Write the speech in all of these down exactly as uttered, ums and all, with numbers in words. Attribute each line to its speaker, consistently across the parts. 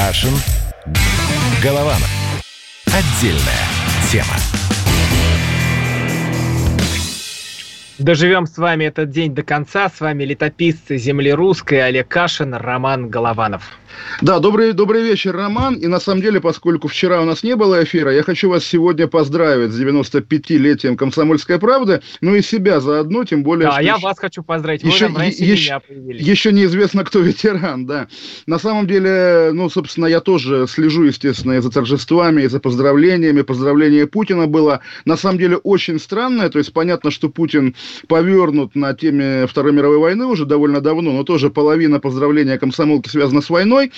Speaker 1: Кашин, Голованов. Отдельная тема.
Speaker 2: Доживем с вами этот день до конца. С вами летописцы земли русской Олег Кашин, Роман Голованов.
Speaker 3: Да, добрый, добрый вечер, Роман. И на самом деле, поскольку вчера у нас не было эфира, я хочу вас сегодня поздравить с девяносто пятилетием «Комсомольской правды», ну и себя заодно, тем более...
Speaker 2: Да,
Speaker 3: что
Speaker 2: я
Speaker 3: еще,
Speaker 2: вас хочу поздравить, вы
Speaker 3: еще,
Speaker 2: там раньше
Speaker 3: еще,
Speaker 2: меня появились.
Speaker 3: Еще неизвестно, кто ветеран, да. На самом деле, ну, собственно, я тоже слежу, естественно, и за торжествами, и за поздравлениями. Поздравление Путина было, на самом деле, очень странное. То есть, понятно, что Путин повернут на теме Второй мировой войны уже довольно давно, но тоже половина поздравления комсомолки связана с войной.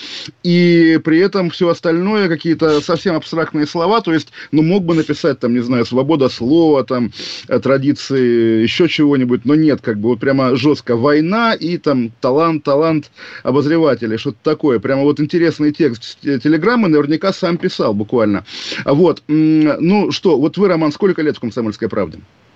Speaker 3: И при этом все остальное, какие-то совсем абстрактные слова, то есть, ну, мог бы написать, там, не знаю, свобода слова, там, традиции, еще чего-нибудь, но нет, как бы, вот прямо жестко война и там талант, талант обозревателей, что-то такое. Прямо вот интересный текст телеграммы наверняка сам писал буквально. Вот, ну, что, вот вы, Роман, сколько лет в «Комсомольской правде»?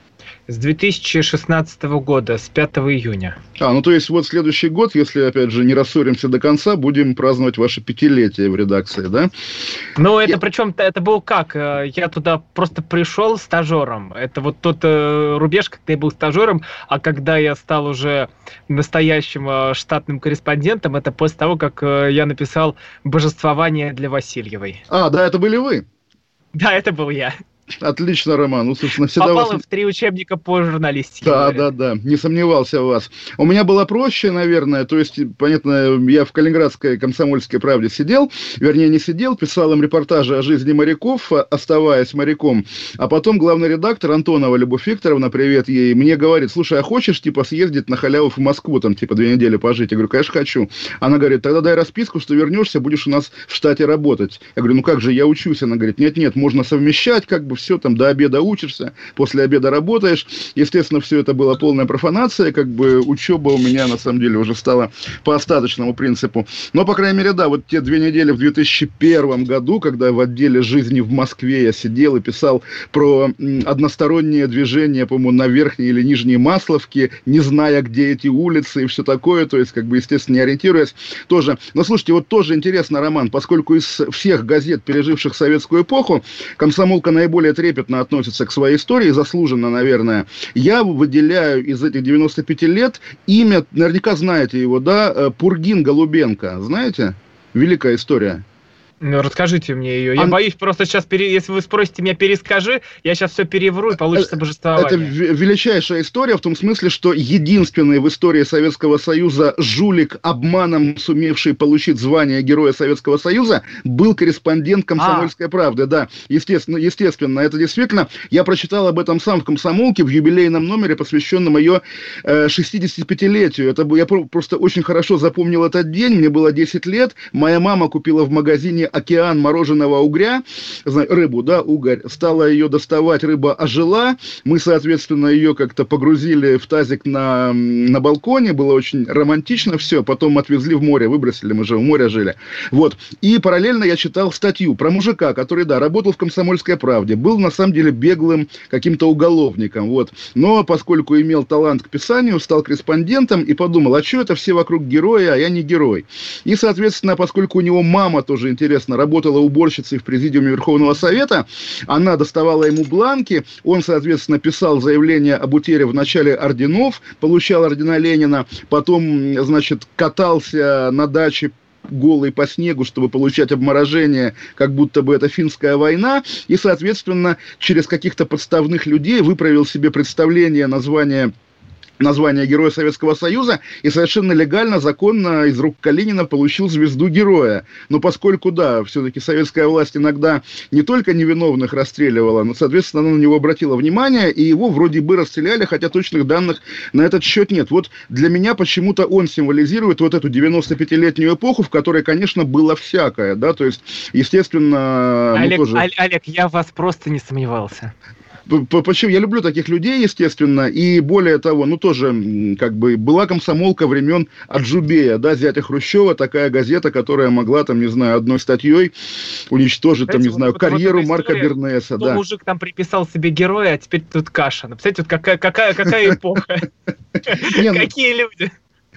Speaker 2: С две тысячи шестнадцатого года, с пятого июня.
Speaker 3: А, ну то есть вот следующий год, если, опять же, не рассоримся до конца, будем праздновать ваше пятилетие в редакции, да?
Speaker 2: Ну, это
Speaker 3: Я...
Speaker 2: причем, это был как? Я туда просто пришел стажером. Это вот тот э, рубеж, когда я был стажером, а когда я стал уже настоящим э, штатным корреспондентом, это после того, как э, я написал «Божествование для Васильевой».
Speaker 3: А, да, это были вы?
Speaker 2: Да, это был я.
Speaker 3: Отлично, Роман. Ну, собственно, всегда
Speaker 2: попал
Speaker 3: вас...
Speaker 2: в три учебника по журналистике.
Speaker 3: Да,
Speaker 2: говорят.
Speaker 3: да, да. Не сомневался в вас. У меня было проще, наверное. То есть, понятно, я в Калининградской «Комсомольской правде» сидел. Вернее, не сидел. Писал им репортажи о жизни моряков, оставаясь моряком. А потом главный редактор Антонова Любовь Викторовна, привет ей, мне говорит: слушай, а хочешь, типа, съездить на халяву в Москву, там, типа, две недели пожить? Я говорю, конечно, хочу. Она говорит, тогда дай расписку, что вернешься, будешь у нас в штате работать. Я говорю, ну как же, я учусь. Она говорит, нет-нет, можно совмещать, как бы, все, там, до обеда учишься, после обеда работаешь. Естественно, все это была полная профанация, как бы учеба у меня, на самом деле, уже стала по остаточному принципу. Но, по крайней мере, да, вот те две недели в две тысячи первом году, когда в отделе жизни в Москве я сидел и писал про одностороннее движение, по-моему, на Верхней или Нижней Масловке, не зная, где эти улицы и все такое, то есть, как бы, естественно, не ориентируясь, тоже. Но, слушайте, вот тоже интересно, Роман, поскольку из всех газет, переживших советскую эпоху, «Комсомолка» наиболее трепетно относится к своей истории, заслуженно, наверное. Я выделяю из этих девяноста пяти лет имя, наверняка знаете его, да, Пургин Голубенко. Знаете? Великая история.
Speaker 2: Ну, расскажите мне ее. Я
Speaker 3: Ан...
Speaker 2: боюсь, просто сейчас, пере... если вы спросите меня, перескажи, я сейчас все перевру, и получится божествование.
Speaker 3: Это величайшая история в том смысле, что единственный в истории Советского Союза жулик, обманом сумевший получить звание Героя Советского Союза, был корреспондент «Комсомольской а. правды». Да, естественно, естественно, это действительно... Я прочитал об этом сам в «Комсомолке» в юбилейном номере, посвященном ее э, шестидесятипятилетию. Это, я просто очень хорошо запомнил этот день. Мне было десять лет. Моя мама купила в магазине «Океан» мороженого угря, рыбу, да, угорь, стала ее доставать, рыба ожила, мы, соответственно, ее как-то погрузили в тазик на, на балконе, было очень романтично все, потом отвезли в море, выбросили, мы же в море жили, вот, и параллельно я читал статью про мужика, который, да, работал в «Комсомольской правде», был, на самом деле, беглым каким-то уголовником, вот, но поскольку имел талант к писанию, стал корреспондентом и подумал, а что это все вокруг героя, а я не герой, и, соответственно, поскольку у него мама тоже интересная, работала уборщицей в президиуме Верховного Совета, она доставала ему бланки, он, соответственно, писал заявление об утере в начале орденов, получал ордена Ленина, потом, значит, катался на даче голый по снегу, чтобы получать обморожение, как будто бы это финская война, и, соответственно, через каких-то подставных людей выправил себе представление, название название Героя Советского Союза и совершенно легально, законно из рук Калинина получил звезду Героя. Но поскольку, да, все-таки советская власть иногда не только невиновных расстреливала, но, соответственно, она на него обратила внимание, и его вроде бы расстреляли, хотя точных данных на этот счет нет. Вот для меня почему-то он символизирует вот эту девяностопятилетнюю эпоху, в которой, конечно, было всякое, да, то есть, естественно...
Speaker 2: Олег,
Speaker 3: ну, тоже...
Speaker 2: Олег, я в вас просто не сомневался.
Speaker 3: Почему? Я люблю таких людей, естественно, и более того, ну, тоже, как бы, была «Комсомолка» времен Аджубея, да, зятя Хрущева, такая газета, которая могла, там, не знаю, одной статьей уничтожить, там, не знаю, вот, карьеру вот Марка история, Бернеса, да.
Speaker 2: Мужик там приписал себе героя, а теперь тут Кашин. Представляете, вот какая, какая, какая эпоха, какие люди.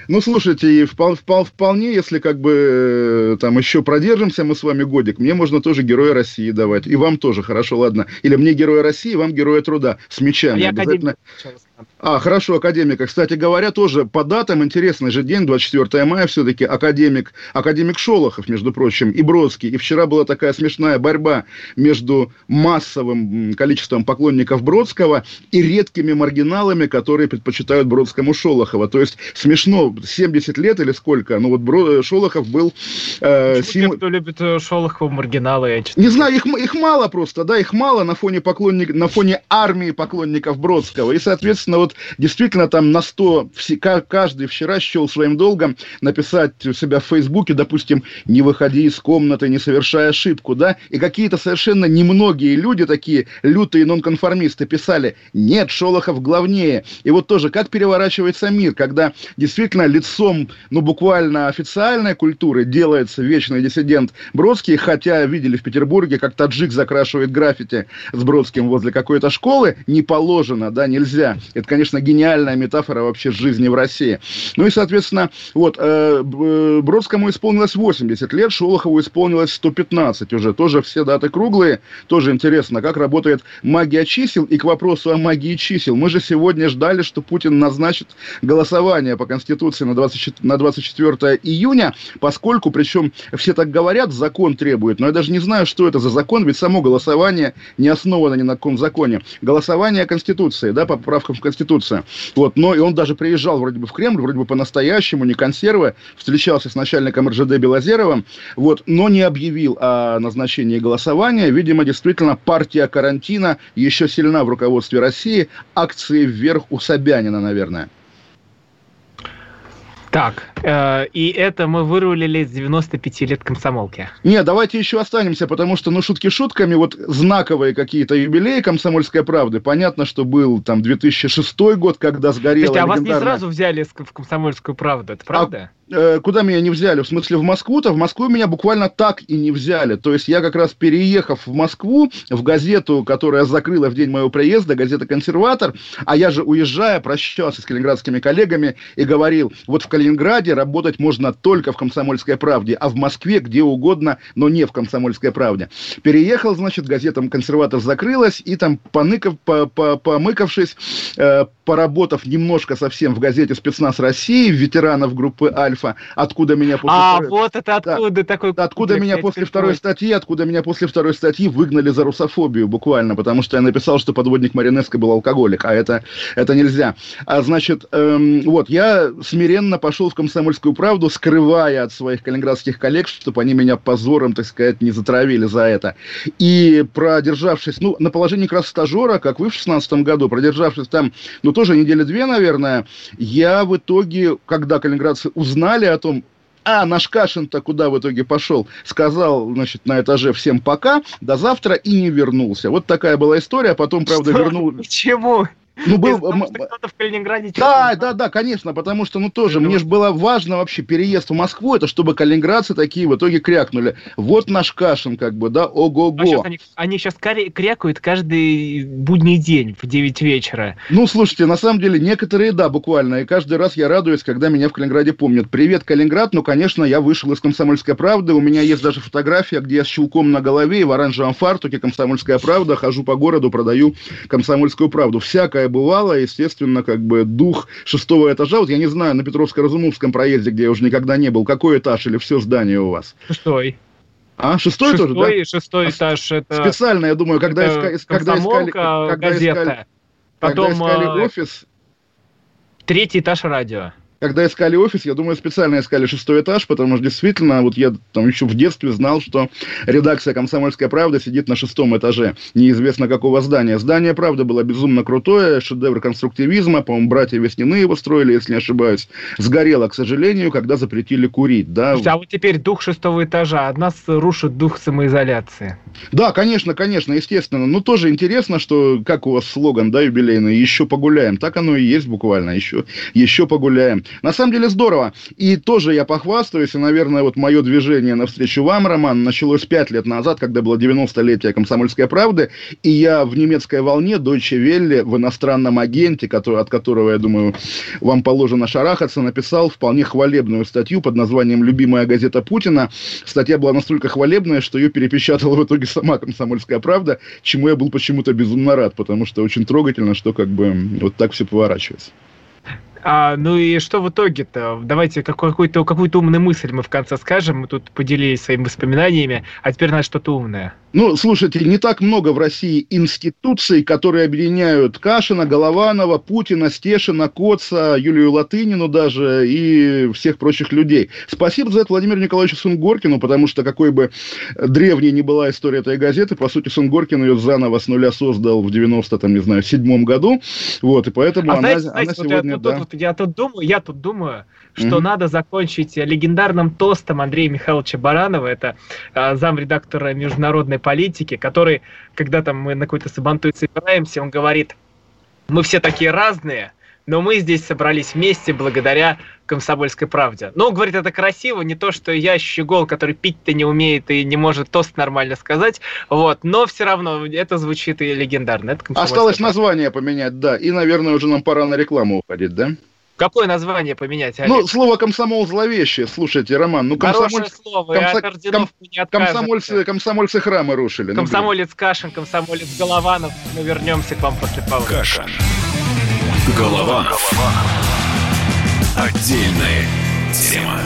Speaker 3: Ну, слушайте, впол, впол, вполне, если как бы там еще продержимся мы с вами годик, мне можно тоже Героя России давать. И вам тоже, хорошо, ладно. Или мне Героя России, вам Героя Труда. С мечами.
Speaker 2: А
Speaker 3: обязательно. А, хорошо, академика. Кстати говоря, тоже по датам интересный же день, двадцать четвёртого мая, все-таки академик, академик Шолохов, между прочим, и Бродский. И вчера была такая смешная борьба между массовым количеством поклонников Бродского и редкими маргиналами, которые предпочитают Бродскому Шолохова. То есть смешно, семьдесят лет или сколько, ну вот Бро... Шолохов был... Э, сим...
Speaker 2: Те, кто любит Шолохова, маргиналы, я
Speaker 3: Не знаю, их, их мало просто, да, их мало на фоне, поклонник... на фоне армии поклонников Бродского. И, соответственно, вот действительно там на сто, каждый вчера счел своим долгом написать у себя в Фейсбуке, допустим, не выходи из комнаты, не совершай ошибку, да, и какие-то совершенно немногие люди, такие лютые нонконформисты, писали, нет, Шолохов главнее. И вот тоже, как переворачивается мир, когда действительно лицом, ну, буквально официальной культуры делается вечный диссидент Бродский, хотя видели в Петербурге, как таджик закрашивает граффити с Бродским возле какой-то школы, не положено, да, нельзя. Это, конечно, гениальная метафора вообще жизни в России. Ну и, соответственно, вот, э, Бродскому исполнилось восемьдесят лет, Шолохову исполнилось сто пятнадцать уже. Тоже все даты круглые. Тоже интересно, как работает магия чисел. И к вопросу о магии чисел. Мы же сегодня ждали, что Путин назначит голосование по Конституции на двадцать четвёртого июня, поскольку, причем все так говорят, закон требует, но я даже не знаю, что это за закон, ведь само голосование не основано ни на каком законе. Голосование о Конституции, да, по поправкам в Конституцию. Вот, но и он даже приезжал вроде бы в Кремль, вроде бы по-настоящему, не консервы, встречался с начальником эр жэ дэ Белозеровым, вот, но не объявил о назначении голосования. Видимо, действительно, партия карантина еще сильна в руководстве России. Акции вверх у Собянина, наверное.
Speaker 2: Так, э, и это мы вырулили с девяноста пяти лет комсомолки.
Speaker 3: Не, давайте еще останемся, потому что, ну, шутки шутками, вот знаковые какие-то юбилеи «Комсомольской правды». Понятно, что был там две тысячи шестой год, когда сгорела
Speaker 2: легендарная... А вас
Speaker 3: легендарная...
Speaker 2: не сразу взяли в «Комсомольскую правду», это правда?
Speaker 3: А... Куда меня не взяли? В смысле, в Москву-то? В Москву меня буквально так и не взяли. То есть я как раз, переехав в Москву, в газету, которая закрыла в день моего приезда, газета «Консерватор», а я же, уезжая, прощался с калининградскими коллегами и говорил, вот в Калининграде работать можно только в «Комсомольской правде», а в Москве где угодно, но не в «Комсомольской правде». Переехал, значит, газета «Консерватор» закрылась, и там, поныкав, по, по, помыкавшись, э, поработав немножко совсем в газете «Спецназ России», ветеранов группы «Альфа», откуда меня после
Speaker 2: а,
Speaker 3: второй...
Speaker 2: вот это откуда да, такой...
Speaker 3: Откуда меня после второй статьи, откуда меня после второй статьи выгнали за русофобию буквально, потому что я написал, что подводник Маринеско был алкоголик, а это, это нельзя. А значит, эм, вот, я смиренно пошел в «Комсомольскую правду», скрывая от своих калининградских коллег, чтобы они меня позором, так сказать, не затравили за это. И продержавшись, ну, на положении как раз стажера, как вы в шестнадцатом году, продержавшись там, ну, тоже недели две, наверное, я в итоге, когда калининградцы узнали о том, а, наш Кашин-то куда в итоге пошел, сказал, значит, на этаже всем пока, до завтра, и не вернулся. Вот такая была история, потом, правда,
Speaker 2: Что?
Speaker 3: вернул...
Speaker 2: Почему?
Speaker 3: Ну, был...
Speaker 2: Потому что кто-то в Калининграде...
Speaker 3: Да, да, да, конечно, потому что, ну, тоже, мне же было важно вообще переезд в Москву, это чтобы калининградцы такие в итоге крякнули. Вот наш Кашин, как бы, да, ого-го.
Speaker 2: А сейчас они, они сейчас крякают каждый будний день в девять вечера.
Speaker 3: Ну, слушайте, на самом деле, некоторые, да, буквально, и каждый раз я радуюсь, когда меня в Калининграде помнят. Привет, Калининград, ну, конечно, я вышел из «Комсомольской правды», у меня есть даже фотография, где я с чулком на голове и в оранжевом фартуке «Комсомольская правда», хожу по городу, продаю «Комсомольскую правду». Всякое бывало, естественно. Естественно, как бы дух шестого этажа. Вот я не знаю, на Петровско-Разумовском проезде, где я уже никогда не был, какой этаж или все здание у вас?
Speaker 2: Шестой.
Speaker 3: А, шестой, шестой тоже, да?
Speaker 2: Шестой этаж. Это...
Speaker 3: Специально, я думаю, когда, иска... когда искали... Когда
Speaker 2: газета.
Speaker 3: искали,
Speaker 2: Потом,
Speaker 3: когда искали офис...
Speaker 2: Третий этаж радио.
Speaker 3: Когда искали офис, я думаю, специально искали шестой этаж, потому что действительно, вот я там еще в детстве знал, что редакция «Комсомольская правда» сидит на шестом этаже, неизвестно какого здания. Здание, правда, было безумно крутое, шедевр конструктивизма, по-моему, братья Веснины его строили, если не ошибаюсь. Сгорело, к сожалению, когда запретили курить, да.
Speaker 2: А вот теперь дух шестого этажа, от нас рушит дух самоизоляции.
Speaker 3: Да, конечно, конечно, естественно. Ну, тоже интересно, что, как у вас слоган, да, юбилейный, «Еще погуляем». Так оно и есть буквально, еще, еще погуляем. На самом деле здорово. И тоже я похвастаюсь, и, наверное, вот мое движение навстречу вам, Роман, началось пять лет назад, когда было девяностолетие «Комсомольской правды», и я в немецкой волне Deutsche Welle, в иностранном агенте, который, от которого, я думаю, вам положено шарахаться, написал вполне хвалебную статью под названием «Любимая газета Путина». Статья была настолько хвалебная, что ее перепечатала в итоге сама «Комсомольская правда», чему я был почему-то безумно рад, потому что очень трогательно, что как бы вот так все поворачивается.
Speaker 2: А, ну и что в итоге-то? Давайте какую-то, какую-то умную мысль мы в конце скажем. Мы тут поделились своими воспоминаниями, а теперь надо что-то умное.
Speaker 3: Ну, слушайте, не так много в России институций, которые объединяют Кашина, Голованова, Путина, Стешина, Коца, Юлию Латынину даже и всех прочих людей. Спасибо за это Владимиру Николаевичу Сунгоркину, потому что какой бы древней ни была история этой газеты, по сути, Сунгоркин ее заново с нуля создал в девяносто, там, не знаю, седьмом году. Вот, и поэтому
Speaker 2: а
Speaker 3: она,
Speaker 2: знаете,
Speaker 3: она
Speaker 2: знаете,
Speaker 3: сегодня,
Speaker 2: вот я,
Speaker 3: да.
Speaker 2: тут, вот я тут думаю, я тут думаю, что
Speaker 3: Mm-hmm.
Speaker 2: надо закончить легендарным тостом Андрея Михайловича Баранова, это э, замредактора международной политики, который, когда там мы на какой-то сабантуй собираемся, он говорит: мы все такие разные, но мы здесь собрались вместе благодаря «Комсомольской правде». Ну, говорит, это красиво, не то, что я щегол, который пить-то не умеет и не может тост нормально сказать, вот, но все равно это звучит и легендарно. Это
Speaker 3: Осталось
Speaker 2: правда.
Speaker 3: Название поменять, да, и, наверное, уже нам пора на рекламу уходить, да?
Speaker 2: Какое название поменять, Олег?
Speaker 3: Ну, слово «комсомол» зловещее. Слушайте, Роман, ну комсомоль...
Speaker 2: Хорошее слово, комсо... и от орденов
Speaker 3: ком...
Speaker 2: не откажется.
Speaker 3: комсомольцы, комсомольцы храмы рушили.
Speaker 2: Комсомолец Кашин, комсомолец Голованов. Мы вернемся к вам после паузы.
Speaker 1: Кашин. Голованов. Отдельная тема.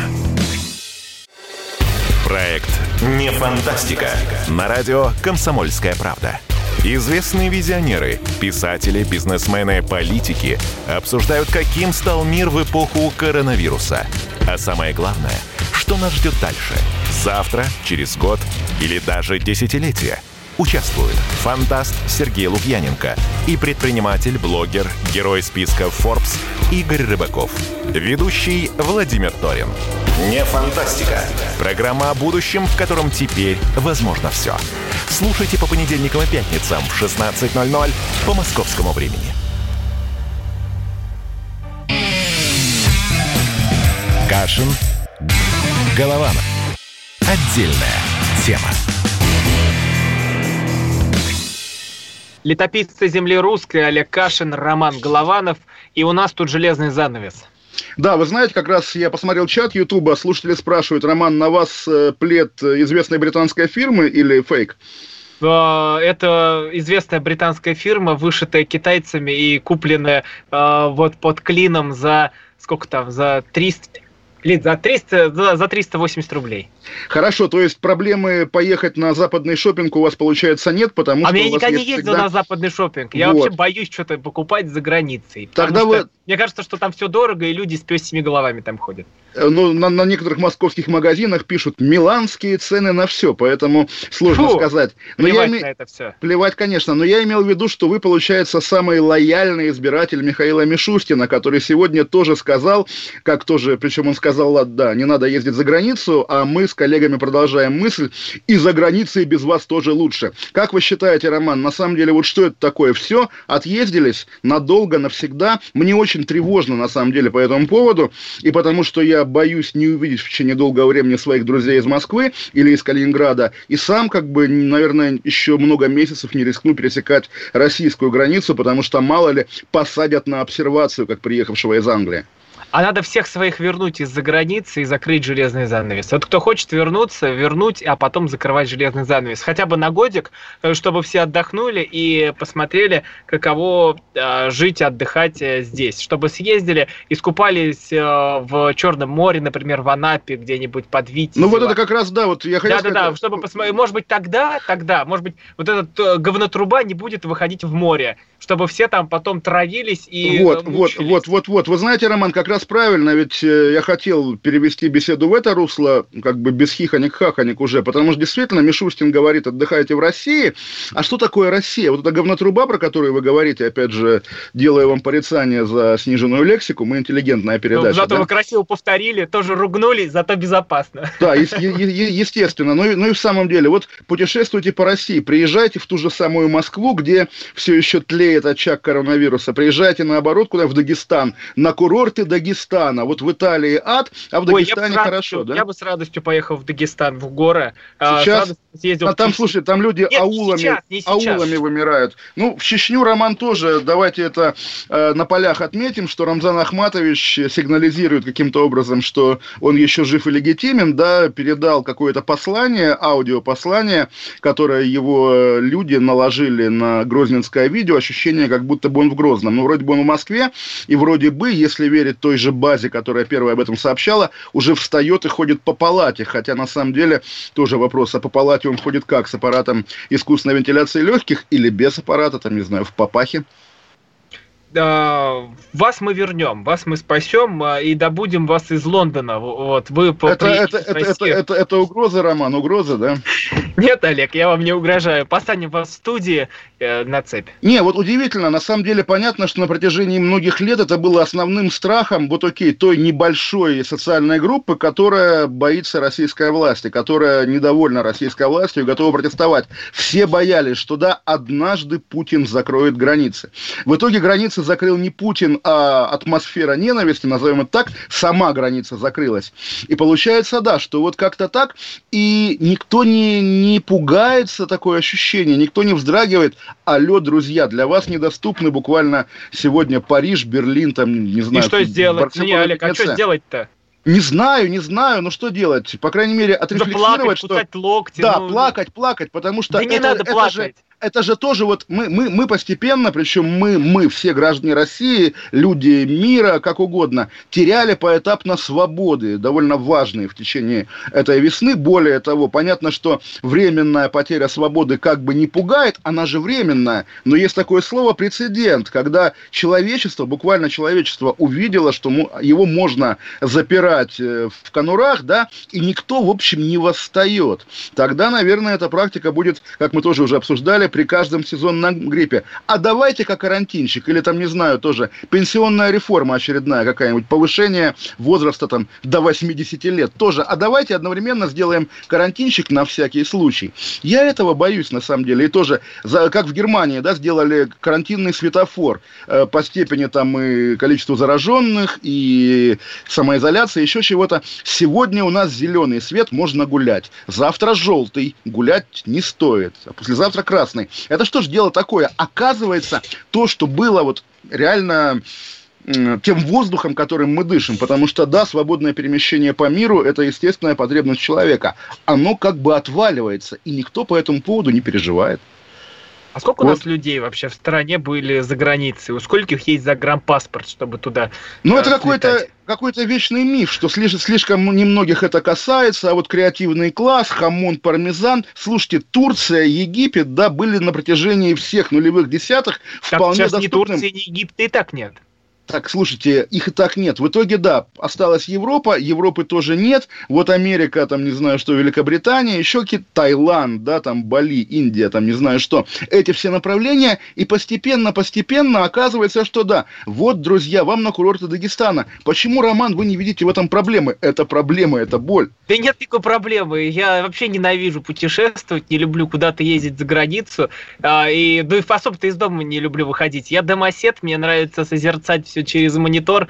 Speaker 1: Проект «Не фантастика». На радио «Комсомольская правда». Известные визионеры, писатели, бизнесмены, политики обсуждают, каким стал мир в эпоху коронавируса. А самое главное, что нас ждет дальше? Завтра, через год или даже десятилетие? Участвуют фантаст Сергей Лукьяненко и предприниматель, блогер, герой списка Forbes Игорь Рыбаков. Ведущий Владимир Торин. Не фантастика. Программа о будущем, в котором теперь возможно все. Слушайте по понедельникам и пятницам в шестнадцать ноль ноль по московскому времени. Кашин. Голованов. Отдельная тема.
Speaker 2: Летописцы земли русской Олег Кашин, Роман Голованов. И у нас тут железный занавес.
Speaker 3: Да, вы знаете, как раз я посмотрел чат Ютуба, слушатели спрашивают: Роман, на вас плед известной британской фирмы или фейк?
Speaker 2: Это известная британская фирма, вышитая китайцами и купленная вот под клином за сколько там, за триста... За триста, за, за триста восемьдесят рублей.
Speaker 3: Хорошо, то есть проблемы поехать на западный шопинг у вас, получается, нет, потому
Speaker 2: а
Speaker 3: что
Speaker 2: я
Speaker 3: у вас
Speaker 2: никогда
Speaker 3: есть
Speaker 2: не ездил
Speaker 3: всегда...
Speaker 2: на западный шопинг. Я
Speaker 3: вот.
Speaker 2: вообще боюсь что-то покупать за границей.
Speaker 3: Тогда
Speaker 2: что,
Speaker 3: вы...
Speaker 2: Мне кажется, что там все дорого, и люди с пёсьими головами там ходят.
Speaker 3: Ну, на, на некоторых московских магазинах пишут миланские цены на все, поэтому сложно
Speaker 2: Фу,
Speaker 3: сказать. Но
Speaker 2: плевать
Speaker 3: я име...
Speaker 2: на это все.
Speaker 3: Плевать, конечно, но я имел в виду, что вы, получается, самый лояльный избиратель Михаила Мишустина, который сегодня тоже сказал, как тоже, причем он сказал, да, не надо ездить за границу, а мы с коллегами продолжаем мысль, и за границей без вас тоже лучше. Как вы считаете, Роман, на самом деле, вот что это такое? Все, отъездились надолго, навсегда. Мне очень тревожно, на самом деле, по этому поводу, и потому что я боюсь не увидеть в течение долгого времени своих друзей из Москвы или из Калининграда, и сам, как бы, наверное, еще много месяцев не рискну пересекать российскую границу, потому что, мало ли, посадят на обсервацию, как приехавшего из Англии.
Speaker 2: А надо всех своих вернуть из-за границы и закрыть железный занавес. Вот кто хочет вернуться, вернуть, а потом закрывать железный занавес. Хотя бы на годик, чтобы все отдохнули и посмотрели, каково э, жить, отдыхать э, здесь. Чтобы съездили, искупались э, в Черном море, например, в Анапе, где-нибудь под Витязево.
Speaker 3: Ну вот это как раз, да, вот я хотел сказать...
Speaker 2: Да-да-да, чтобы посмотреть, может быть, тогда, тогда, может быть, вот эта говнотруба не будет выходить в море, чтобы все там потом травились и
Speaker 3: Вот,
Speaker 2: мучились.
Speaker 3: вот, вот, вот, вот. Вы знаете, Роман, как раз вас правильно, ведь я хотел перевести беседу в это русло, как бы без хихоник-хахоник уже, потому что действительно Мишустин говорит, отдыхаете в России. А что такое Россия? Вот эта говнотруба, про которую вы говорите, опять же, делая вам порицание за сниженную лексику, мы интеллигентная передача. Ну,
Speaker 2: зато
Speaker 3: да?
Speaker 2: Вы красиво повторили, тоже ругнули, зато безопасно.
Speaker 3: Да, е- е- естественно. Ну и, ну и в самом деле, вот путешествуйте по России, приезжайте в ту же самую Москву, где все еще тлеет очаг коронавируса, приезжайте наоборот, куда в Дагестан, на курорты Дагестана. Вот в Италии ад, а в Ой, Дагестане хорошо,
Speaker 2: радостью,
Speaker 3: да?
Speaker 2: Я бы с радостью поехал в Дагестан, в горы.
Speaker 3: Сейчас, а там, слушай, там люди Нет, аулами, сейчас, аулами вымирают. Ну, в Чечню, Роман, тоже, давайте это э, на полях отметим, что Рамзан Ахматович сигнализирует каким-то образом, что он еще жив и легитимен, да, передал какое-то послание, аудиопослание, которое его люди наложили на грозненское видео, ощущение, как будто бы он в Грозном. Ну, вроде бы он в Москве, и вроде бы, если верить той же базе, которая первая об этом сообщала, уже встает и ходит по палате, хотя на самом деле тоже вопрос, а по палате он ходит как, с аппаратом искусственной вентиляции легких или без аппарата, там, не знаю, в папахе?
Speaker 2: Вас мы вернем, вас мы спасем и добудем вас из Лондона. Вот, вы по
Speaker 3: это, это, это, это, это, это угроза, Роман, угроза, да?
Speaker 2: Нет, Олег, я вам не угрожаю. Посадим вас в студии э, на цепь.
Speaker 3: Не, вот удивительно, на самом деле понятно, что на протяжении многих лет это было основным страхом, вот окей, той небольшой социальной группы, которая боится российской власти, которая недовольна российской властью и готова протестовать. Все боялись, что да, однажды Путин закроет границы. В итоге границы закрыл не Путин, а атмосфера ненависти, назовем это так, сама граница закрылась. И получается, да, что вот как-то так, и никто не, не пугается, такое ощущение, никто не вздрагивает. Алло, друзья, для вас недоступны буквально сегодня Париж, Берлин, там, не знаю.
Speaker 2: И что сделать? Не, Олег, а что сделать-то?
Speaker 3: Не знаю, не знаю, но что делать? По крайней мере, отрефлексировать,
Speaker 2: плакать,
Speaker 3: что...
Speaker 2: кусать локти.
Speaker 3: Да,
Speaker 2: ну...
Speaker 3: плакать, плакать, потому что...
Speaker 2: Да
Speaker 3: это,
Speaker 2: не надо
Speaker 3: это
Speaker 2: плакать.
Speaker 3: Же... Это же тоже вот мы, мы, мы постепенно, причем мы, мы, все граждане России, люди мира, как угодно, теряли поэтапно свободы, довольно важные в течение этой весны. Более того, понятно, что временная потеря свободы как бы не пугает, она же временная, но есть такое слово прецедент, когда человечество, буквально человечество увидело, что его можно запирать в конурах, да, и никто, в общем, не восстает. Тогда, наверное, эта практика будет, как мы тоже уже обсуждали, при каждом сезонном гриппе. А давайте-ка карантинчик, или там, не знаю, тоже пенсионная реформа очередная какая-нибудь, повышение возраста там до восьмидесяти лет тоже. А давайте одновременно сделаем карантинчик на всякий случай. Я этого боюсь, на самом деле. И тоже, за, как в Германии, да, сделали карантинный светофор э, по степени там и количеству зараженных, и самоизоляции, еще чего-то. Сегодня у нас зеленый свет, можно гулять. Завтра желтый, гулять не стоит. А послезавтра красный. Это что ж дело такое? Оказывается, то, что было вот реально тем воздухом, которым мы дышим, потому что, да, свободное перемещение по миру – это естественная потребность человека. Оно как бы отваливается, и никто по этому поводу не переживает.
Speaker 2: А сколько вот. У нас людей вообще в стране были за границей? У скольких есть загранпаспорт, чтобы туда
Speaker 3: Ну, э, это какой-то, какой-то вечный миф, что слишком, слишком немногих это касается, а вот креативный класс, хамон, пармезан. Слушайте, Турция, Египет, да, были на протяжении всех нулевых десятых
Speaker 2: так
Speaker 3: вполне
Speaker 2: сейчас
Speaker 3: доступным.
Speaker 2: Ни Турции, ни Египта и так нет.
Speaker 3: Так, слушайте, их и так нет. В итоге, да, осталась Европа, Европы тоже нет. Вот Америка, там, не знаю что, Великобритания, еще какие-то, Таиланд, да, там, Бали, Индия, там, не знаю что. Эти все направления, и постепенно-постепенно оказывается, что да. Вот, друзья, вам на курорты Дагестана. Почему, Роман, вы не видите в этом проблемы? Это проблема, это боль.
Speaker 2: Да нет никакой проблемы. Я вообще ненавижу путешествовать, не люблю куда-то ездить за границу. И, ну, и особо-то из дома не люблю выходить. Я домосед, мне нравится созерцать все через монитор,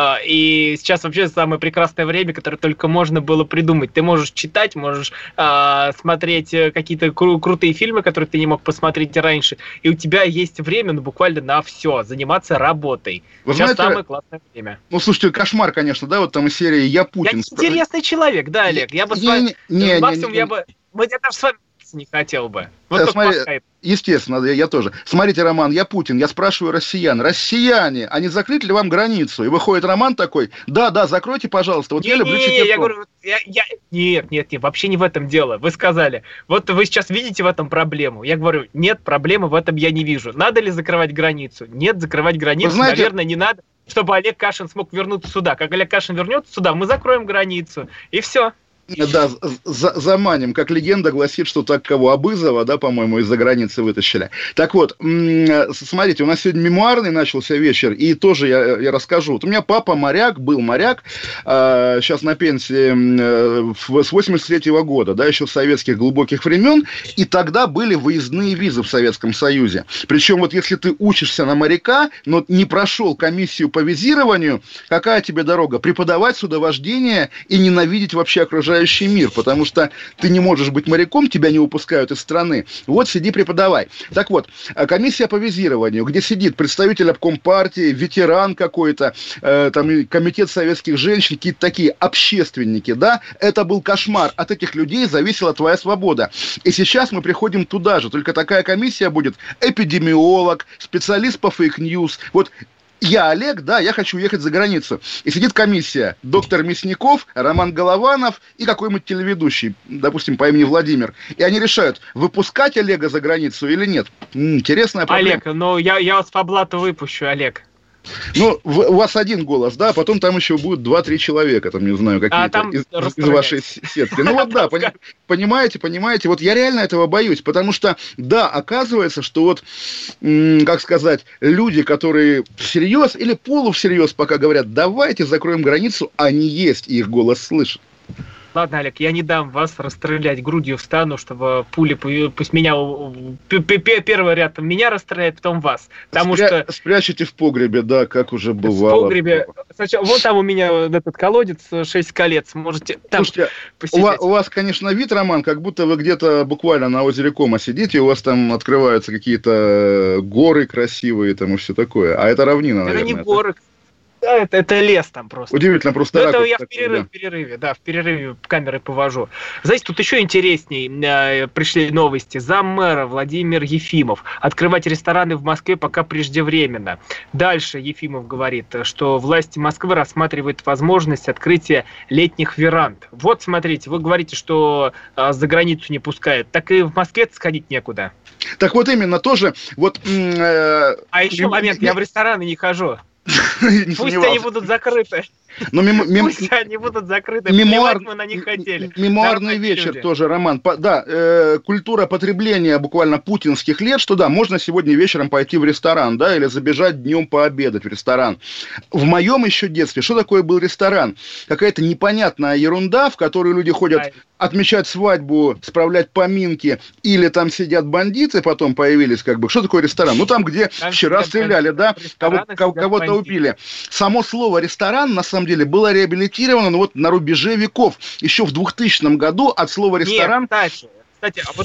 Speaker 2: и сейчас вообще самое прекрасное время, которое только можно было придумать. Ты можешь читать, можешь а, смотреть какие-то кру- крутые фильмы, которые ты не мог посмотреть раньше, и у тебя есть время, ну, буквально на все, заниматься работой.
Speaker 3: Вы
Speaker 2: сейчас
Speaker 3: знаете,
Speaker 2: самое классное время.
Speaker 3: Ну, слушайте, кошмар, конечно, да, вот там из серии «Я Путин».
Speaker 2: Я интересный человек, да, Олег, я бы с вами...
Speaker 3: Не, не,
Speaker 2: максимум
Speaker 3: не, не,
Speaker 2: я бы... Мы где-то с вами границе не хотел бы. Вот
Speaker 3: да, смотри, естественно, я, я тоже. Смотрите, Роман, я Путин, я спрашиваю россиян. Россияне, а не закрыть ли вам границу? И выходит Роман такой, да, да, закройте, пожалуйста. Вот не, я люблю
Speaker 2: не, не, я говорю, я, я... Нет, нет, нет, вообще не в этом дело. Вы сказали, вот вы сейчас видите в этом проблему. Я говорю, нет, проблемы в этом я не вижу. Надо ли закрывать границу? Нет, закрывать границу, знаете... наверное, не надо, чтобы Олег Кашин смог вернуться сюда. Как Олег Кашин вернется сюда, мы закроем границу, и все.
Speaker 3: Да, за, заманим. Как легенда гласит, что так кого Абызова, да, по-моему, из-за границы вытащили. Так вот, смотрите, у нас сегодня мемуарный начался вечер, и тоже я, я расскажу. Вот у меня папа моряк, был моряк, э, сейчас на пенсии э, с восемьдесят третьего года, да, еще с советских глубоких времен, и тогда были выездные визы в Советском Союзе. Причем вот если ты учишься на моряка, но не прошел комиссию по визированию, какая тебе дорога? Преподавать судовождение и ненавидеть вообще окружающий мир, потому что ты не можешь быть моряком, тебя не выпускают из страны. Вот сиди, преподавай. Так вот, комиссия по визированию, где сидит представитель обком партии, ветеран какой-то, э, там комитет советских женщин, какие-то такие общественники, да, это был кошмар. От этих людей зависела твоя свобода. И сейчас мы приходим туда же, только такая комиссия будет эпидемиолог, специалист по фейк-ньюс. Вот я, Олег, да, я хочу уехать за границу. И сидит комиссия. Доктор Мясников, Роман Голованов и какой-нибудь телеведущий, допустим, по имени Владимир. И они решают, выпускать Олега за границу или нет. М-м, интересная проблема.
Speaker 2: Олег, ну я, я вас по блату выпущу, Олег.
Speaker 3: Ну, в, у вас один голос, да, потом там еще будет два-три человека, там, не знаю, какие-то а, из, из вашей сетки. Ну вот да, пони, понимаете, понимаете, вот я реально этого боюсь, потому что, да, оказывается, что вот, м, как сказать, люди, которые всерьез или полувсерьез пока говорят, давайте закроем границу, они есть, и их голос слышат.
Speaker 2: Ладно, Олег, я не дам вас расстрелять, грудью встану, чтобы пули, пусть меня, первый ряд меня расстреляет, потом вас. Потому Спря-
Speaker 3: что... Спрячете в погребе, да, как уже бывало.
Speaker 2: В погребе. Сначала, вон там у меня этот колодец, шесть колец, можете там
Speaker 3: Слушайте, у вас, у вас, конечно, вид, Роман, как будто вы где-то буквально на озере Кома сидите, у вас там открываются какие-то горы красивые там и все такое. А это равнина, наверное.
Speaker 2: Это не горы. Да, это, это лес там просто.
Speaker 3: Удивительно, просто.
Speaker 2: Но это я в перерыве, да. в перерыве, да, в перерыве камеры повожу. Знаете, тут еще интересней э, пришли новости. Заммэра Владимир Ефимов. Открывать рестораны в Москве пока преждевременно. Дальше Ефимов говорит, что власти Москвы рассматривают возможность открытия летних веранд. Вот, смотрите, вы говорите, что э, за границу не пускают. Так и в Москве сходить некуда.
Speaker 3: Так вот именно, тоже вот... Э,
Speaker 2: а еще момент, я в рестораны не хожу. Пусть сомневался. Они будут закрыты.
Speaker 3: Но мем, мем,
Speaker 2: Пусть они будут закрыты.
Speaker 3: Мемуар,
Speaker 2: мы на них хотели.
Speaker 3: Мемуарный вечер люди. Тоже, Роман. По, да, э, культура потребления буквально путинских лет, что да, можно сегодня вечером пойти в ресторан, да, или забежать днем пообедать в ресторан. В моем еще детстве, что такое был ресторан? Какая-то непонятная ерунда, в которую люди ходят Ай. отмечать свадьбу, справлять поминки, или там сидят бандиты, потом появились, как бы. Что такое ресторан? Ну, там, где там вчера стреляли, да, кого, кого, кого-то бандиты. Убили. Само слово ресторан, на самом деле, было реабилитировано ну, вот, на рубеже веков. Еще в двухтысячном году от слова ресторан...
Speaker 2: Нет, кстати, кстати, а вот,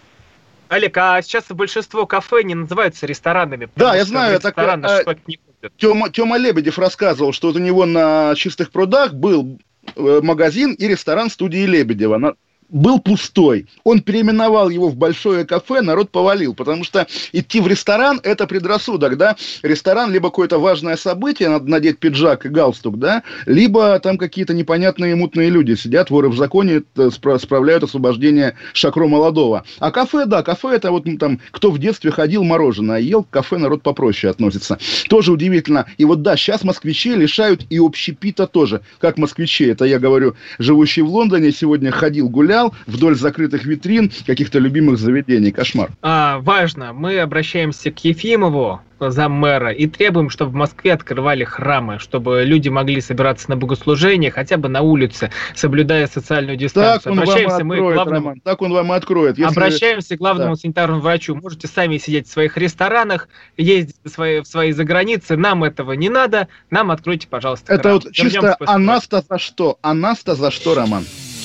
Speaker 2: Олег, а сейчас большинство кафе не называются ресторанами.
Speaker 3: Да, я знаю. Так, а, Тёма, Тёма Лебедев рассказывал, что вот у него на Чистых прудах был магазин и ресторан студии Лебедева. На... был пустой. Он переименовал его в большое кафе, народ повалил, потому что идти в ресторан – это предрассудок, да? Ресторан либо какое-то важное событие, надо надеть пиджак и галстук, да? Либо там какие-то непонятные мутные люди сидят, воры в законе, справляют освобождение Шакро молодого. А кафе, да, кафе – это вот там, кто в детстве ходил, мороженое ел, к кафе народ попроще относится. Тоже удивительно. И вот да, сейчас москвичей лишают и общепита тоже. Как москвичей, это я говорю, живущий в Лондоне, сегодня ходил, гулял, вдоль закрытых витрин каких-то любимых заведений. Кошмар.
Speaker 2: А, важно. Мы обращаемся к Ефимову, заммэра, и требуем, чтобы в Москве открывали храмы, чтобы люди могли собираться на богослужение хотя бы на улице, соблюдая социальную дистанцию.
Speaker 3: Так он обращаемся вам откроет, мы к главному... Роман, так он вам и откроет.
Speaker 2: Если... Обращаемся к главному да. санитарному врачу. Можете сами сидеть в своих ресторанах, ездить в свои, в свои заграницы. Нам этого не надо. Нам откройте, пожалуйста,
Speaker 3: это храм. Вот чисто а нас-то за что? А нас-то за что, Роман?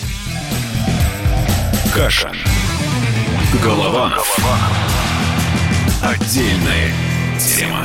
Speaker 1: Кашин. Голованов. Отдельная тема.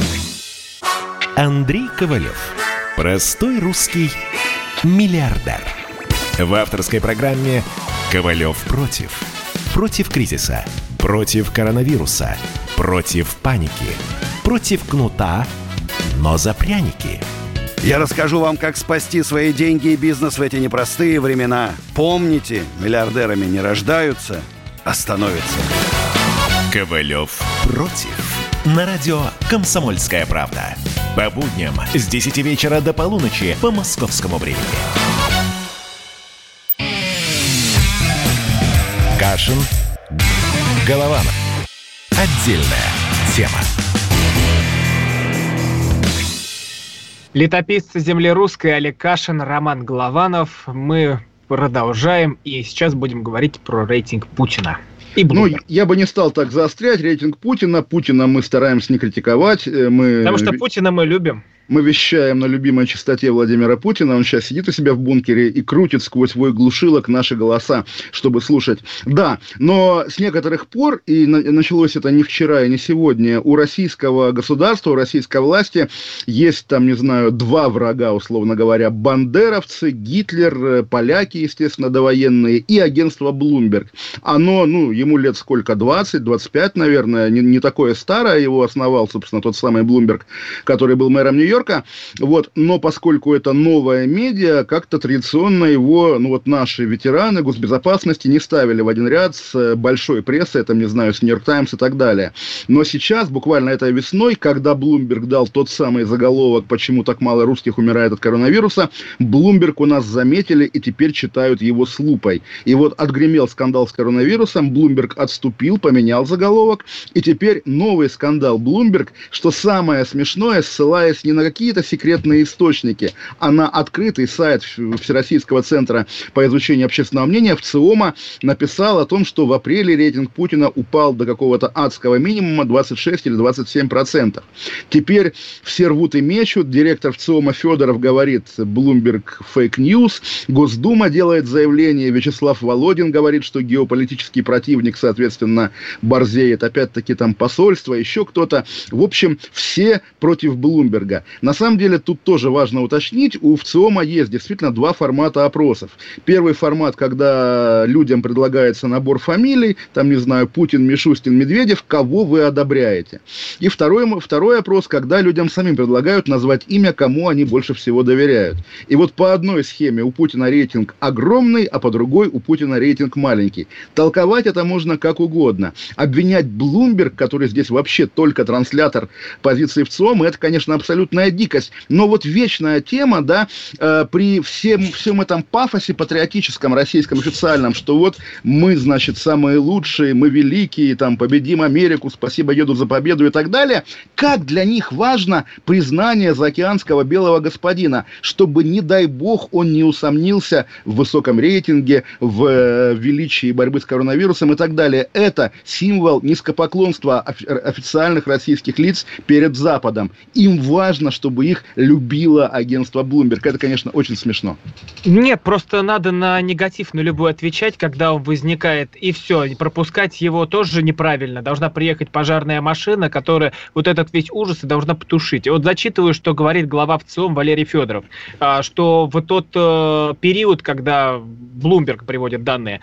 Speaker 1: Андрей Ковалев. Простой русский миллиардер. В авторской программе «Ковалев против». против кризиса, против коронавируса, против паники, против кнута, но за пряники.
Speaker 4: Я расскажу вам, как спасти свои деньги и бизнес в эти непростые времена. Помните, миллиардерами не рождаются, а становятся.
Speaker 1: Ковалев против. На радио «Комсомольская правда». По будням с десяти вечера до полуночи по московскому времени. Кашин, Голованов. Отдельная тема.
Speaker 2: Летописцы земли русской Олег Кашин, Роман Голованов. Мы продолжаем, и сейчас будем говорить про рейтинг Путина.
Speaker 3: Ну, я бы не стал так заострять. Рейтинг Путина. Путина мы стараемся не критиковать. Мы...
Speaker 2: Потому что Путина мы любим.
Speaker 3: Мы вещаем на любимой частоте Владимира Путина. Он сейчас сидит у себя в бункере и крутит сквозь свой глушилок наши голоса, чтобы слушать. Да, но с некоторых пор, и началось это не вчера и не сегодня, у российского государства, у российской власти есть там, не знаю, два врага, условно говоря. Бандеровцы, Гитлер, поляки, естественно, довоенные, и агентство Bloomberg. Оно, ну, ему лет сколько, двадцать, двадцать пять, наверное, не, не такое старое. Его основал, собственно, тот самый Bloomberg, который был мэром Нью-Йорка. Вот, но поскольку это новая медиа, как-то традиционно его, ну вот наши ветераны госбезопасности не ставили в один ряд с большой прессой, там, не знаю, с Нью-Йорк Таймс и так далее. Но сейчас, буквально этой весной, когда Bloomberg дал тот самый заголовок, почему так мало русских умирает от коронавируса, Bloomberg у нас заметили и теперь читают его с лупой. И вот отгремел скандал с коронавирусом, Bloomberg отступил, поменял заголовок, и теперь новый скандал Bloomberg, что самое смешное, ссылаясь не на какие-то секретные источники, а на открытый сайт Всероссийского центра по изучению общественного мнения ВЦИОМа написал о том, что в апреле рейтинг Путина упал до какого-то адского минимума двадцать шесть или двадцать семь процентов. Теперь все рвут и мечут. Директор ВЦИОМа Федоров говорит: Bloomberg фейк ньюс. Госдума делает заявление. Вячеслав Володин говорит, что геополитический противник, соответственно, борзеет. Опять-таки там посольство, еще кто-то. В общем, все против Блумберга. На самом деле, тут тоже важно уточнить, у ВЦИОМа есть действительно два формата опросов. Первый формат, когда людям предлагается набор фамилий, там, не знаю, Путин, Мишустин, Медведев, кого вы одобряете. И второй, второй опрос, когда людям самим предлагают назвать имя, кому они больше всего доверяют. И вот по одной схеме у Путина рейтинг огромный, а по другой у Путина рейтинг маленький. Толковать это можно как угодно. Обвинять Bloomberg, который здесь вообще только транслятор позиции ВЦИОМа, это, конечно, абсолютная дикость. Но вот вечная тема, да, э, при всем, всем этом пафосе патриотическом, российском, официальном, что вот мы, значит, самые лучшие, мы великие, там, победим Америку, спасибо деду за победу и так далее. Как для них важно признание заокеанского белого господина, чтобы, не дай бог, он не усомнился в высоком рейтинге, в э, величии борьбы с коронавирусом и так далее. Это символ низкопоклонства офи- официальных российских лиц перед Западом. Им важно, чтобы их любило агентство Bloomberg. Это, конечно, очень смешно.
Speaker 2: Нет, просто надо на негатив на любой отвечать, когда он возникает, и все. Пропускать его тоже неправильно. Должна приехать пожарная машина, которая вот этот весь ужас и должна потушить. И вот зачитываю, что говорит глава ВЦИОМ Валерий Федоров, что в тот период, когда Bloomberg приводит данные,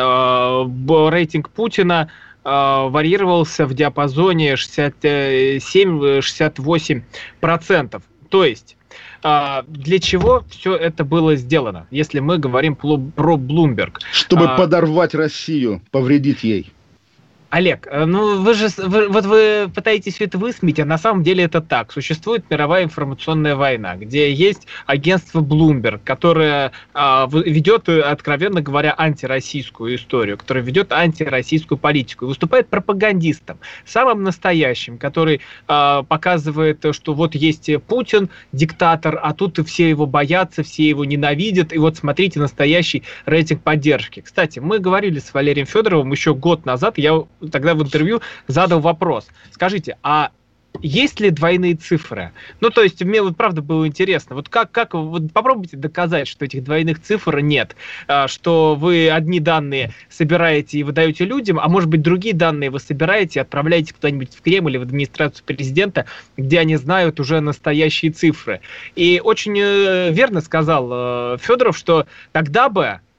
Speaker 2: рейтинг Путина варьировался в диапазоне шестьдесят семь - шестьдесят восемь процентов. То есть, для чего все это было сделано, если мы говорим про Bloomberg?
Speaker 3: Чтобы а... подорвать Россию, повредить ей.
Speaker 2: Олег, ну вы же вы, вот вы пытаетесь это высмеять, а на самом деле это так. Существует мировая информационная война, где есть агентство Bloomberg, которое а, ведет, откровенно говоря, антироссийскую историю, которое ведет антироссийскую политику и выступает пропагандистом, самым настоящим, который а, показывает, что вот есть Путин, диктатор, а тут все его боятся, все его ненавидят, и вот смотрите, настоящий рейтинг поддержки. Кстати, мы говорили с Валерием Федоровым еще год назад, я тогда в интервью задал вопрос. Скажите, а есть ли двойные цифры? Ну, то есть, мне вот правда было интересно. Вот как, как вот попробуйте доказать, что этих двойных цифр нет, что вы одни данные собираете и выдаете людям, а может быть, другие данные вы собираете и отправляете куда-нибудь в Кремль или в администрацию президента, где они знают уже настоящие цифры. И очень верно сказал Федоров, что тогда бы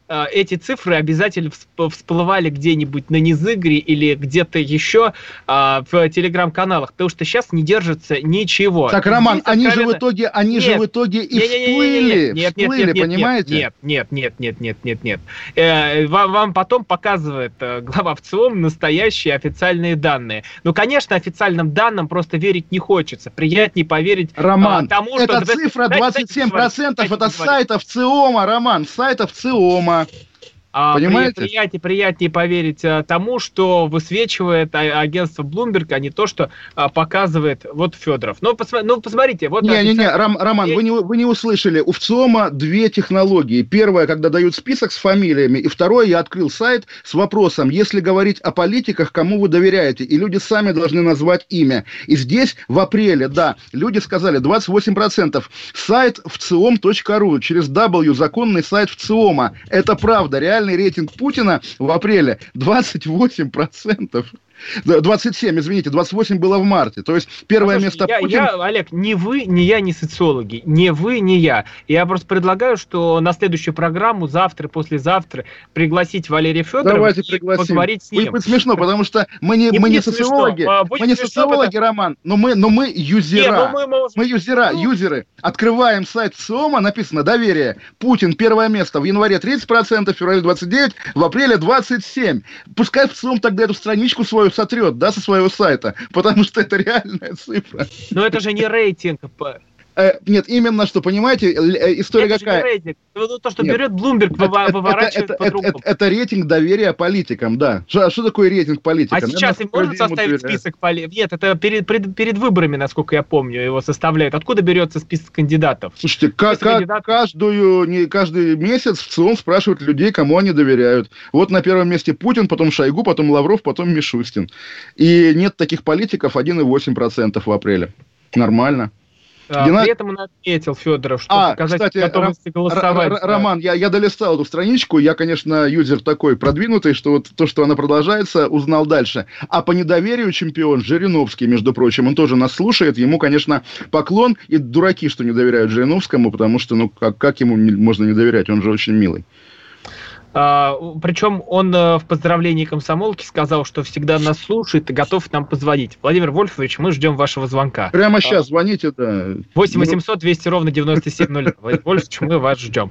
Speaker 2: эти цифры обязательно всплывали где-нибудь на Низыгре или где-то еще а, в телеграм-каналах, потому что сейчас не держится ничего.
Speaker 3: Так, Роман, они откровенно... же в итоге, они нет, же в итоге и нет, всплыли,
Speaker 2: нет,
Speaker 3: всплыли,
Speaker 2: нет, нет,
Speaker 3: понимаете?
Speaker 2: Нет, нет, нет, нет, нет, нет, нет. Э, вам, вам потом показывает э, глава ВЦИОМ настоящие официальные данные. Ну, конечно, официальным данным просто верить не хочется. Приятнее поверить
Speaker 3: Роман,
Speaker 2: а, тому,
Speaker 3: эта
Speaker 2: что...
Speaker 3: цифра двадцать семь процентов, это с сайтов ВЦИОМа, Роман, с сайтов ВЦИОМа.
Speaker 2: А, Понимаете? Приятнее, приятнее поверить а, тому, что высвечивает а, агентство Bloomberg, а не то, что а, показывает вот Федоров. Ну, посма- ну посмотрите. Вот
Speaker 3: Не-не-не,
Speaker 2: официально...
Speaker 3: Ром, Роман, вы не, вы не услышали. У ВЦИОМа две технологии. Первая, когда дают список с фамилиями, и второе, я открыл сайт с вопросом, если говорить о политиках, кому вы доверяете, и люди сами должны назвать имя. И здесь в апреле, да, люди сказали двадцать восемь процентов. Сайт вциом точка ру, через W, законный сайт ВЦИОМа. Это правда, реально. Рейтинг Путина в апреле двадцать восемь процентов. двадцать семь, извините, двадцать восемь было в марте. То есть первое Послушайте, место
Speaker 2: я,
Speaker 3: Путин...
Speaker 2: я, Олег, ни вы, ни я, не социологи. Не вы, не я. Я просто предлагаю, что на следующую программу, завтра, послезавтра, пригласить Валерия Федорова
Speaker 3: Давайте
Speaker 2: и
Speaker 3: пригласим.
Speaker 2: поговорить с ним.
Speaker 3: Будет, будет смешно, потому что мы не, не мы не социологи. А, мы не смешно, социологи, потому... Роман, но мы, но мы юзера. Не, ну мы, можем... мы юзера, ну... юзеры. Открываем сайт ВЦИОМа, написано «Доверие». Путин первое место в январе тридцать процентов, в феврале двадцать девять процентов, в апреле двадцать семь процентов. Пускай ВЦИОМ тогда эту страничку свою сотрет, да, со своего сайта, потому что это реальная цифра.
Speaker 2: Но это же не рейтинг.
Speaker 3: Нет, именно что, понимаете, история
Speaker 2: это
Speaker 3: какая?
Speaker 2: Же не рейтинг. То, что Нет. берет Bloomberg, это, выворачивает
Speaker 3: это,
Speaker 2: по-другому.
Speaker 3: Это, это, это рейтинг доверия политикам, да. Что, что такое рейтинг политикам?
Speaker 2: А сейчас им можно составить доверяю. список политиков? Нет, это перед, перед, перед выборами, насколько я помню, его составляют. Откуда берется список кандидатов?
Speaker 3: Слушайте, как, как каждую, не, каждый месяц ВЦИОМ спрашивает людей, кому они доверяют. Вот на первом месте Путин, потом Шойгу, потом Лавров, потом Мишустин. И нет таких политиков один и восемь десятых процента в апреле. Нормально.
Speaker 2: А, Геннад... При этом он отметил, Федоров, что
Speaker 3: а,
Speaker 2: показать
Speaker 3: кстати,
Speaker 2: готовности голосовать.
Speaker 3: Р- Р- Роман, я, я долистал эту страничку, я, конечно, юзер такой продвинутый, что вот то, что она продолжается, узнал дальше. А по недоверию чемпион Жириновский, между прочим, он тоже нас слушает, ему, конечно, поклон, и дураки, что не доверяют Жириновскому, потому что, ну, как, как ему можно не доверять, он же очень милый.
Speaker 2: А, причем он в поздравлении комсомолки сказал, что всегда нас слушает и готов нам позвонить. Владимир Вольфович, мы ждем вашего звонка.
Speaker 3: Прямо сейчас а, звоните, да.
Speaker 2: восемь восемьсот двести ровно девяносто семь ноль. Владимир Вольфович, мы вас ждем.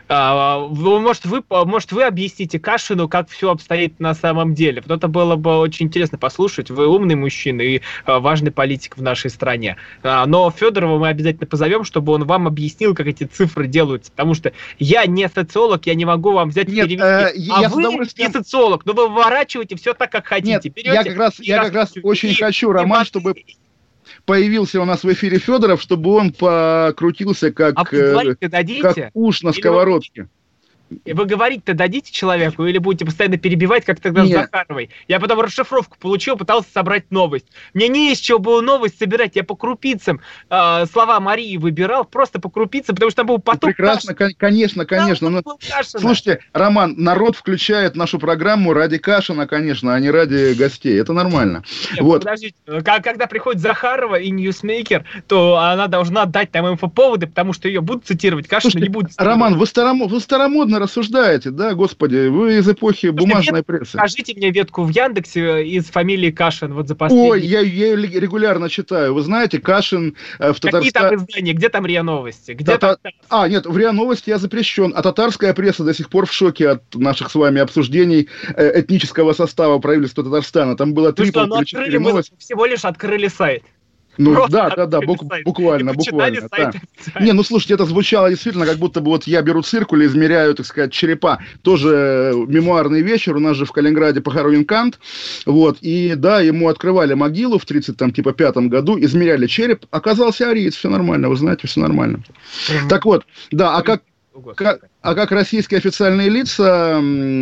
Speaker 2: А, может, вы, может, вы объясните Кашину, как все обстоит на самом деле? Вот это было бы очень интересно послушать. Вы умный мужчина и важный политик в нашей стране. А, но Федорова мы обязательно позовем, чтобы он вам объяснил, как эти цифры делаются. Потому что я не социолог, я не могу вам взять
Speaker 3: Нет,
Speaker 2: а
Speaker 3: я
Speaker 2: вы не социолог, но вы выворачиваете все так, как хотите.
Speaker 3: Нет,
Speaker 2: Берете,
Speaker 3: я как раз, я как раз очень и, хочу, Роман, и... чтобы появился у нас в эфире Федоров, чтобы он покрутился как, а э, как уж на сковородке.
Speaker 2: Вы говорить-то дадите человеку или будете постоянно перебивать, как тогда с Захаровой? Я потом расшифровку получил, пытался собрать новость. Мне не из чего было новость собирать. Я по крупицам э, слова Марии выбирал, просто по крупицам, потому что там был поток.
Speaker 3: Прекрасно, Кашина. конечно, конечно. Но, слушайте, Роман, народ включает нашу программу ради Кашина, конечно, а не ради гостей. Это нормально.
Speaker 2: Нет,
Speaker 3: вот.
Speaker 2: Подождите, когда приходит Захарова и Ньюсмейкер, то она должна дать там инфоповоды, потому что ее будут цитировать, Кашина
Speaker 3: слушайте,
Speaker 2: не будет цитировать.
Speaker 3: Роман, вы, старом, вы старомодно рассуждаете, да, господи, вы из эпохи Слушайте, бумажной
Speaker 2: вет...
Speaker 3: прессы.
Speaker 2: Скажите мне ветку в Яндексе из фамилии Кашин вот за последние...
Speaker 3: Ой, я, я регулярно читаю. Вы знаете, Кашин э, в Татарстане...
Speaker 2: Какие там издания? Где там РИА Новости? Где
Speaker 3: Тата...
Speaker 2: там...
Speaker 3: А, нет, в РИА Новости я запрещен. А татарская пресса до сих пор в шоке от наших с вами обсуждений э, этнического состава правительства Татарстана. Там было три
Speaker 2: ну что, ну мы всего лишь открыли сайт.
Speaker 3: Ну Просто да, да, да, бук, буквально, буквально. Да. Не, ну слушайте, это звучало действительно, как будто бы вот я беру циркуль и измеряю, так сказать, черепа. Тоже мемуарный вечер, у нас же в Калининграде похоронен Кант, вот, и да, ему открывали могилу в тридцать пятом году, измеряли череп, оказался ариец, все нормально, вы знаете, все нормально. Mm-hmm. Так вот, да, а как... Как, а как российские официальные лица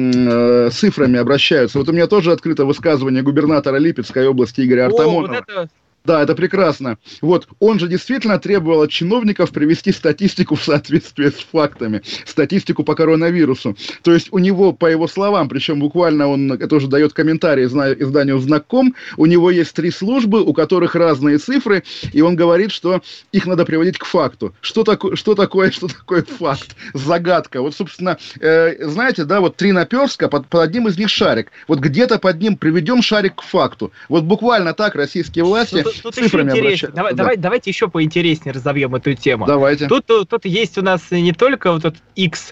Speaker 3: э, с цифрами обращаются? Вот у меня тоже открыто высказывание губернатора Липецкой области Игоря Артамонова.
Speaker 2: О, вот это...
Speaker 3: Да, это прекрасно. Вот, он же действительно требовал от чиновников привести статистику в соответствии с фактами, статистику по коронавирусу. То есть у него, по его словам, причем буквально он это уже дает комментарий изданию «Знаком», у него есть три службы, у которых разные цифры, и он говорит, что их надо приводить к факту. Что такое, что такое, что такое факт? Загадка. Вот, собственно, э, знаете, да, вот три наперстка, под, под одним из них шарик. Вот где-то под ним приведем шарик к факту. Вот буквально так российские власти...
Speaker 2: Тут еще интереснее. Давай, да. давай, давайте еще поинтереснее разовьем эту тему.
Speaker 3: Давайте.
Speaker 2: Тут, тут, тут есть у нас не только вот этот X,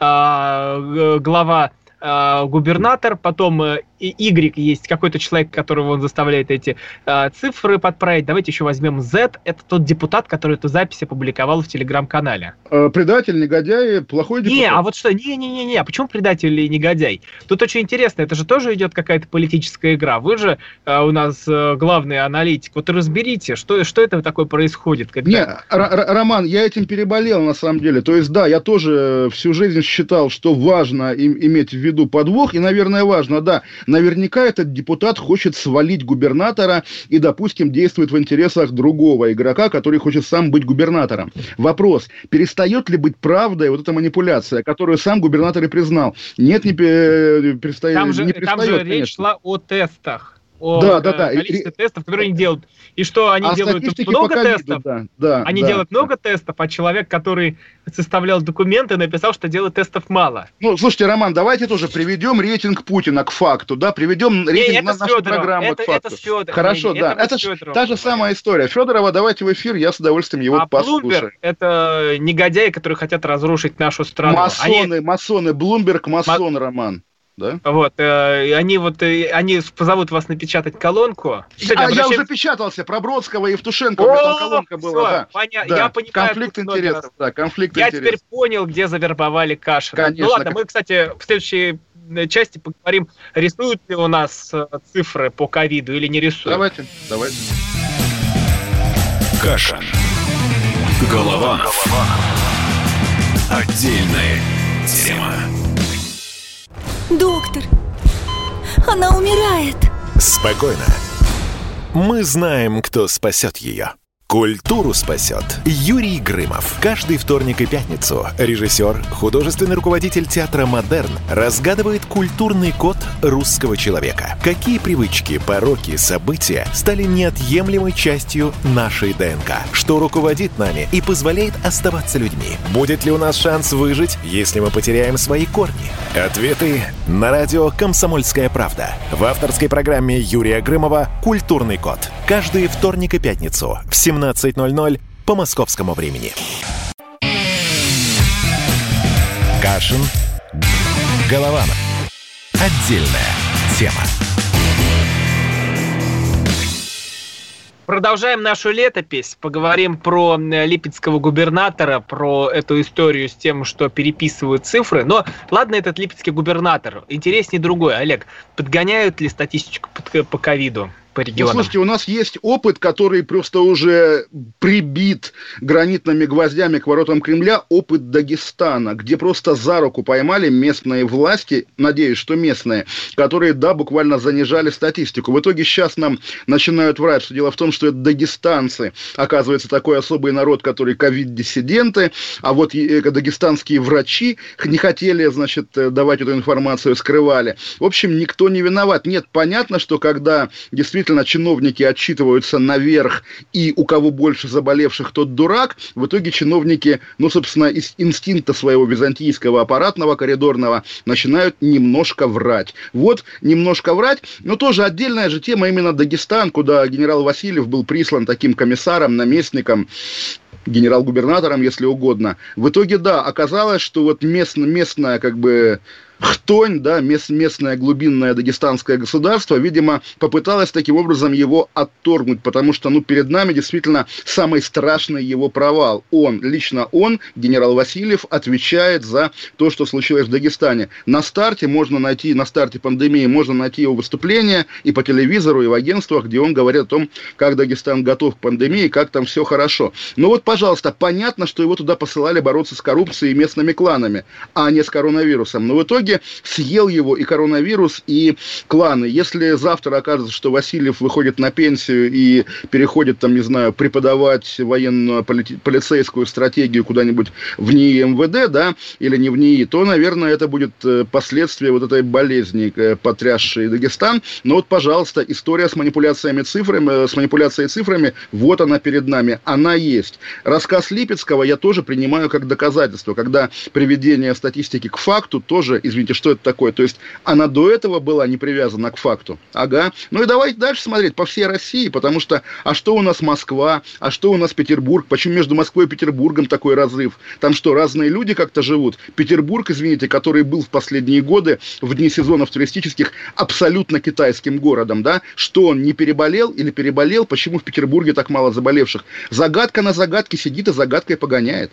Speaker 2: а, глава, а, губернатор, потом Y есть какой-то человек, которого он заставляет эти а, цифры подправить. Давайте еще возьмем Z. Это тот депутат, который эту запись опубликовал в телеграм-канале.
Speaker 3: А, предатель, негодяй, плохой депутат.
Speaker 2: Не, а вот что? Не-не-не, а почему предатель и негодяй? Тут очень интересно, это же тоже идет какая-то политическая игра. Вы же а, у нас а, главный аналитик. Вот разберите, что, что это такое происходит. Когда...
Speaker 3: Не, Р- Р- Роман, я этим переболел на самом деле. То есть, да, я тоже всю жизнь считал, что важно им, иметь в виду подвох, и, наверное, важно, да, наверняка этот депутат хочет свалить губернатора и, допустим, действует в интересах другого игрока, который хочет сам быть губернатором. Вопрос, перестает ли быть правдой вот эта манипуляция, которую сам губернатор и признал? Нет, не перестает.
Speaker 2: Там же,
Speaker 3: не перестает,
Speaker 2: там же
Speaker 3: конечно.
Speaker 2: речь шла о тестах. О
Speaker 3: да, да, да.
Speaker 2: количестве и, тестов, которые они делают. И что они
Speaker 3: а
Speaker 2: делают много
Speaker 3: ковиду,
Speaker 2: тестов.
Speaker 3: Да, да,
Speaker 2: они
Speaker 3: да,
Speaker 2: делают
Speaker 3: да.
Speaker 2: много тестов, а человек, который составлял документы, написал, что делает тестов мало.
Speaker 3: Ну, слушайте, Роман, давайте тоже приведем рейтинг Путина к факту, да, приведем рейтинг на нашу программу
Speaker 2: это,
Speaker 3: к факту.
Speaker 2: Это с Федором.
Speaker 3: Хорошо,
Speaker 2: не,
Speaker 3: да.
Speaker 2: Это,
Speaker 3: это ж, та же самая история. Федорова давайте в эфир, я с удовольствием его
Speaker 2: а
Speaker 3: послушаю.
Speaker 2: Блумберг — это негодяи, которые хотят разрушить нашу страну.
Speaker 3: Масоны,
Speaker 2: они...
Speaker 3: масоны. Блумберг масон, Ма... Роман. Да?
Speaker 2: Вот, э, они вот, э, они позовут вас напечатать колонку.
Speaker 3: Сегодня а обращаюсь... я уже печатался про Бродского и Евтушенко, у меня там колонка была, да.
Speaker 2: Поня...
Speaker 3: да.
Speaker 2: Я понимаю,
Speaker 3: конфликт интересов, да, конфликт
Speaker 2: я
Speaker 3: интересов.
Speaker 2: теперь понял, где завербовали Кашина.
Speaker 3: Конечно.
Speaker 2: Ну ладно,
Speaker 3: как...
Speaker 2: мы, кстати, в следующей части поговорим, рисуют ли у нас цифры по ковиду или не рисуют.
Speaker 3: Давайте, давайте.
Speaker 1: Кашин. Голованов. Отдельная тема.
Speaker 5: Доктор, она умирает.
Speaker 1: Спокойно. Мы знаем, кто спасет ее. Культуру спасет Юрий Грымов. Каждый вторник и пятницу режиссер, художественный руководитель театра «Модерн» разгадывает культурный код русского человека. Какие привычки, пороки, события стали неотъемлемой частью нашей ДНК? Что руководит нами и позволяет оставаться людьми? Будет ли у нас шанс выжить, если мы потеряем свои корни? Ответы на радио «Комсомольская правда». В авторской программе Юрия Грымова «Культурный код». Каждый вторник и пятницу в семнадцать ноль ноль по московскому времени. Кашин. Голованов. Отдельная тема.
Speaker 2: Продолжаем нашу летопись. Поговорим про липецкого губернатора, про эту историю с тем, что переписывают цифры. Но ладно, этот липецкий губернатор. Интереснее другое. Олег, подгоняют ли статистику по ковиду? По регионам?
Speaker 3: Ну, слушайте, у нас есть опыт, который просто уже прибит гранитными гвоздями к воротам Кремля, опыт Дагестана, где просто за руку поймали местные власти, надеюсь, что местные, которые, да, буквально занижали статистику. В итоге сейчас нам начинают врать, что дело в том, что это дагестанцы, оказывается, такой особый народ, который ковид-диссиденты, а вот дагестанские врачи не хотели, значит, давать эту информацию, скрывали. В общем, никто не виноват. Нет, понятно, что когда действительно чиновники отчитываются наверх, и у кого больше заболевших, тот дурак, в итоге чиновники, ну, собственно, из инстинкта своего византийского аппаратного коридорного начинают немножко врать. Вот, немножко врать, но тоже отдельная же тема именно Дагестан, куда генерал Васильев был прислан таким комиссаром, наместником, генерал-губернатором, если угодно. В итоге, да, оказалось, что вот местно, местная, как бы, хтонь, да, мест, местное глубинное дагестанское государство, видимо, попыталось таким образом его отторгнуть, потому что, ну, перед нами действительно самый страшный его провал. Он, лично он, генерал Васильев, отвечает за то, что случилось в Дагестане. На старте можно найти, на старте пандемии можно найти его выступления и по телевизору, и в агентствах, где он говорит о том, как Дагестан готов к пандемии, как там все хорошо. Но вот, пожалуйста, понятно, что его туда посылали бороться с коррупцией и местными кланами, а не с коронавирусом. Но в итоге итоге съел его и коронавирус, и кланы. Если завтра окажется, что Васильев выходит на пенсию и переходит, там, не знаю, преподавать военную полицейскую стратегию куда-нибудь в НИИ МВД, да, или не в НИИ, то, наверное, это будет последствие вот этой болезни, потрясшей Дагестан. Но вот, пожалуйста, история с манипуляциями цифрами, с манипуляцией цифрами, вот она перед нами, она есть. Рассказ Липецкого я тоже принимаю как доказательство, когда приведение статистики к факту тоже, извините, что это такое, то есть она до этого была не привязана к факту. Ага. Ну и давайте дальше смотреть по всей России, потому что, а что у нас Москва, а что у нас Петербург, почему между Москвой и Петербургом такой разрыв? Там что, разные люди как-то живут? Петербург, извините, который был в последние годы, в дни сезонов туристических, абсолютно китайским городом, да? Что он не переболел или переболел? Почему в Петербурге так мало заболевших? Загадка на загадке сидит и загадкой погоняет.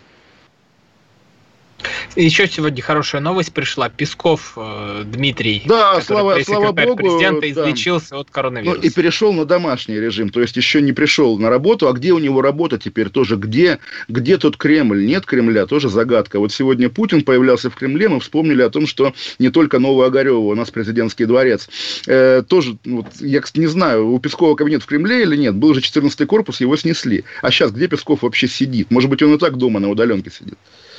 Speaker 2: Еще сегодня хорошая новость пришла. Песков э, Дмитрий,
Speaker 3: да, слава, слава богу,
Speaker 2: президента,
Speaker 3: да.
Speaker 2: излечился от коронавируса.
Speaker 3: Ну, и перешел на домашний режим, то есть еще не пришел на работу. А где у него работа теперь тоже? Где, где тот Кремль? Нет Кремля, тоже загадка. Вот сегодня Путин появлялся в Кремле, мы вспомнили о том, что не только Новоогарева, у нас президентский дворец. Э, тоже, вот, я не знаю, у Пескова кабинет в Кремле или нет. Был же четырнадцатый корпус, его снесли. А сейчас где Песков вообще сидит? Может быть, он и так дома на удаленке сидит?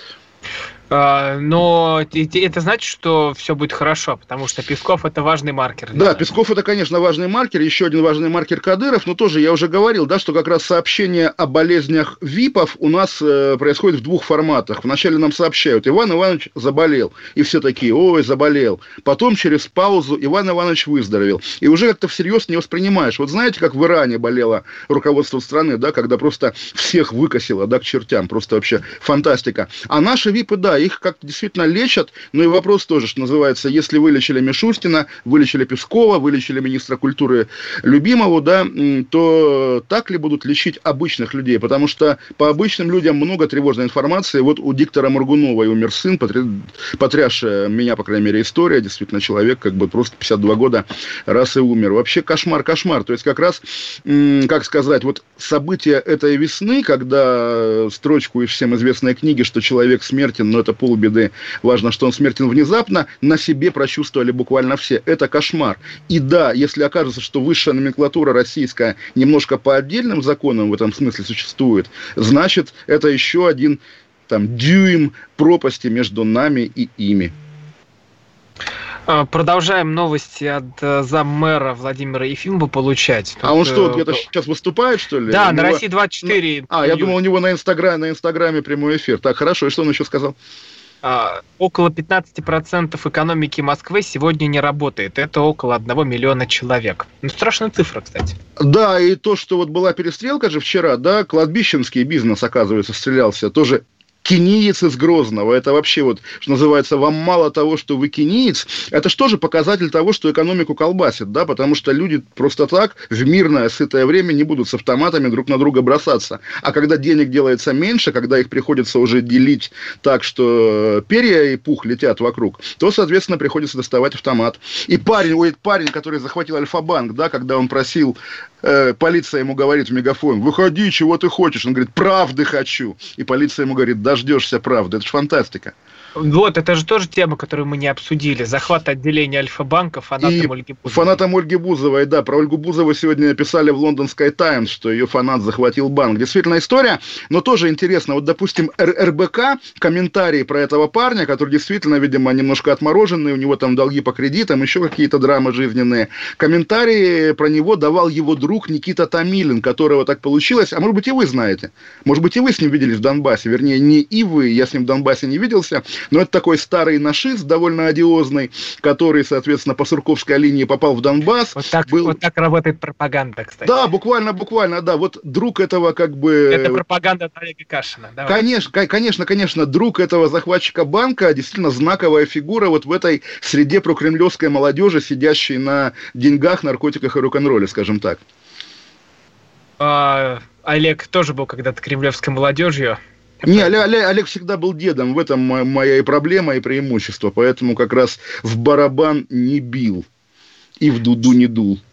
Speaker 2: Но это значит, что все будет хорошо, потому что Песков – это важный маркер.
Speaker 3: Да, Песков – это, конечно, важный маркер. Еще один важный маркер Кадыров. Но тоже я уже говорил, да, что как раз сообщение о болезнях ВИПов у нас э, происходит в двух форматах. Вначале нам сообщают: Иван Иванович заболел. И все такие: ой, заболел. Потом через паузу: Иван Иванович выздоровел. И уже как-то всерьез не воспринимаешь. Вот знаете, как в Иране болело руководство страны, да, когда просто всех выкосило, да, к чертям. Просто вообще фантастика. А наши ВИПы, да, их как-то действительно лечат, но и вопрос тоже, что называется, если вылечили Мишустина, вылечили Пескова, вылечили министра культуры Любимову, да, то так ли будут лечить обычных людей? Потому что по обычным людям много тревожной информации. Вот у диктора Моргуновой умер сын, потрясшая меня, по крайней мере, история. Действительно, человек как бы просто пятьдесят два года раз и умер. Вообще кошмар, кошмар. То есть как раз, как сказать, вот события этой весны, когда строчку из всем известной книги, что человек смертен, но это полбеды. Важно, что он смертен внезапно, на себе прочувствовали буквально все. Это кошмар. И да, если окажется, что высшая номенклатура российская немножко по отдельным законам в этом смысле существует, значит, это еще один там дюйм пропасти между нами и ими.
Speaker 2: Продолжаем новости от заммэра Владимира Ефимова получать. Тут...
Speaker 3: А он что, где-то сейчас выступает, что ли?
Speaker 2: Да,
Speaker 3: у
Speaker 2: на
Speaker 3: него...
Speaker 2: России двадцать четыре.
Speaker 3: А, я думал, у него на Инстаграме, на Инстаграме прямой эфир. Так, хорошо, и что он еще сказал?
Speaker 2: А, около пятнадцать процентов экономики Москвы сегодня не работает. Это около одного миллиона человек. Ну, страшная цифра, кстати.
Speaker 3: Да, и то, что вот была перестрелка же вчера, да, кладбищенский бизнес, оказывается, стрелялся, тоже... Кениец из Грозного, это вообще вот, что называется, вам мало того, что вы кениец, это же тоже показатель того, что экономику колбасит, да, потому что люди просто так в мирное, сытое время не будут с автоматами друг на друга бросаться. А когда денег делается меньше, когда их приходится уже делить так, что перья и пух летят вокруг, то, соответственно, приходится доставать автомат. И парень, ой, парень, который захватил Альфа-банк, да, когда он просил, э, полиция ему говорит в мегафон: выходи, чего ты хочешь? Он говорит: правды хочу. И полиция ему говорит: да, дождешься правды. Это же фантастика.
Speaker 2: Вот, это же тоже тема, которую мы не обсудили. Захват отделения Альфа-банка фанатом
Speaker 3: и
Speaker 2: Ольги Бузовой.
Speaker 3: Фанатом Ольги Бузовой, да. Про Ольгу Бузову сегодня писали в Лондонской Таймс, что ее фанат захватил банк. Действительно история, но тоже интересно. Вот, допустим, эр бэ ка, комментарии про этого парня, который действительно, видимо, немножко отмороженный, у него там долги по кредитам, еще какие-то драмы жизненные. Комментарии про него давал его друг Никита Томилин, которого так получилось. А может быть, и вы знаете. Может быть, и вы с ним виделись в Донбассе. Вернее, не и вы, я с ним в Донбассе не виделся. Но это такой старый нашист, довольно одиозный, который, соответственно, по Сурковской линии попал в Донбасс.
Speaker 2: Вот так, был... вот так работает пропаганда, кстати.
Speaker 3: Да, буквально, буквально, да. Вот друг этого как бы...
Speaker 2: Это пропаганда от Олега Кашина. Давай.
Speaker 3: Конечно, конечно, конечно, друг этого захватчика банка, действительно знаковая фигура вот в этой среде прокремлевской молодежи, сидящей на деньгах, наркотиках и рок-н-ролле, скажем так.
Speaker 2: А, Олег тоже был когда-то кремлевской молодежью.
Speaker 3: Не, Олег, Олег всегда был дедом, в этом моя и проблема, и преимущество, поэтому как раз в барабан не бил и в дуду не дул.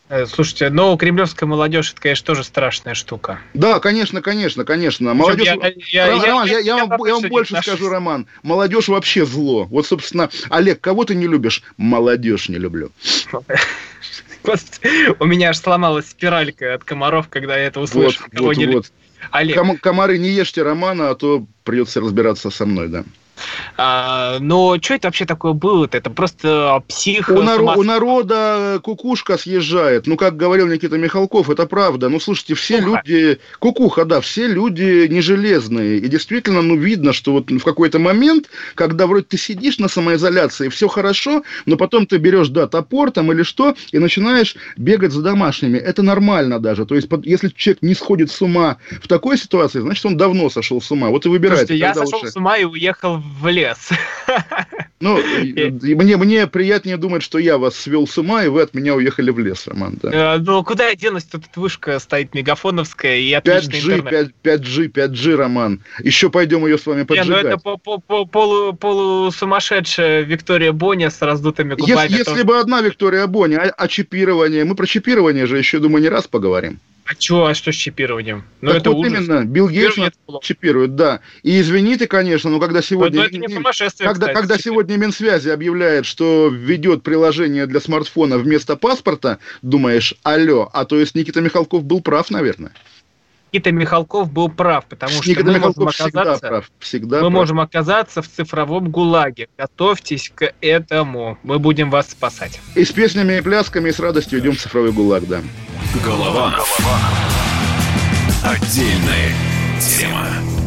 Speaker 2: Слушайте, но кремлевская молодежь, это, конечно, тоже страшная штука.
Speaker 3: Да, конечно, конечно, конечно. Молодежь...
Speaker 2: Я, я,
Speaker 3: Роман,
Speaker 2: я, я,
Speaker 3: я, я, я, вам, я вам больше наш... скажу, Роман. Молодежь вообще зло. Вот, собственно, Олег, кого ты не любишь? Молодежь не люблю.
Speaker 2: Господи, у меня аж сломалась спиралька от комаров, когда я это услышал.
Speaker 3: Вот, вот,
Speaker 2: не...
Speaker 3: вот.
Speaker 2: Олег.
Speaker 3: Ком- комары, не ешьте Романа, а то придется разбираться со мной, да.
Speaker 2: А, но что это вообще такое было-то? Это просто псих...
Speaker 3: У, нар- у народа кукушка съезжает. Ну, как говорил Никита Михалков, это правда. Ну, слушайте, все Кукуха. люди... Кукуха, да, все люди не железные. И действительно, ну, видно, что вот в какой-то момент, когда вроде ты сидишь на самоизоляции, все хорошо, но потом ты берешь, да, топор там или что, и начинаешь бегать за домашними. Это нормально даже. То есть, если человек не сходит с ума в такой ситуации, значит, он давно сошел с ума. Вот и выбирает.
Speaker 2: Слушайте, я сошел лучше... с ума и уехал в лес.
Speaker 3: Ну, мне, мне приятнее думать, что я вас свел с ума, и вы от меня уехали в лес, Роман. Да.
Speaker 2: Ну, куда я денусь? Тут вышка стоит мегафоновская и отличный интернет.
Speaker 3: пять джи, пять джи, Роман. Еще пойдем ее с вами поджигать.
Speaker 2: Не, ну это полу, полусумасшедшая Виктория Боня с раздутыми губами.
Speaker 3: Если, если бы одна Виктория Боня, а, а чипирование, мы про чипирование же еще, думаю, не раз поговорим.
Speaker 2: А что, а что с чипированием? Ну,
Speaker 3: так
Speaker 2: это
Speaker 3: вот
Speaker 2: ужас.
Speaker 3: Именно, Билл Гейтс чипирует, да. И извини ты, конечно, но когда сегодня...
Speaker 2: Но это не сумасшествие,
Speaker 3: когда,
Speaker 2: кстати,
Speaker 3: когда сегодня Минсвязи объявляет, что введет приложение для смартфона вместо паспорта, думаешь, алло, а то есть Никита Михалков был прав, наверное.
Speaker 2: Никита Михалков был прав, потому что
Speaker 3: Никита
Speaker 2: мы
Speaker 3: Михалков
Speaker 2: можем
Speaker 3: всегда
Speaker 2: оказаться,
Speaker 3: прав. Всегда
Speaker 2: мы
Speaker 3: прав.
Speaker 2: можем оказаться в цифровом ГУЛАГе. Готовьтесь к этому. Мы будем вас спасать.
Speaker 3: И с песнями и плясками, и с радостью идем в цифровой ГУЛАГ, да.
Speaker 1: Голованов. Отдельная тема.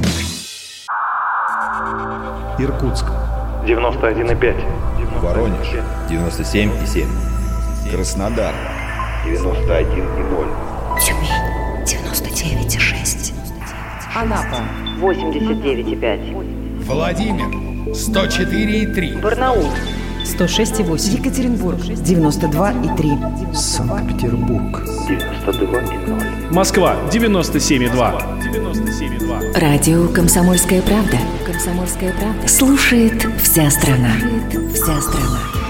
Speaker 6: Иркутск.
Speaker 7: девяносто один и пять.
Speaker 6: Воронеж. девяносто семь и семь. Краснодар.
Speaker 7: девяносто один и ноль.
Speaker 5: Тюмень. девяносто девять и шесть.
Speaker 8: Анапа. восемьдесят девять и пять.
Speaker 9: Владимир. сто четыре и три.
Speaker 8: Барнаул.
Speaker 10: сто шесть и восемь. Екатеринбург. девяносто два и три.
Speaker 6: Санкт-Петербург.
Speaker 7: девяносто два и ноль.
Speaker 9: Москва. девяносто семь и два.
Speaker 5: Радио «Комсомольская правда». «Комсомольская правда». Слушает вся страна. Слушает вся страна.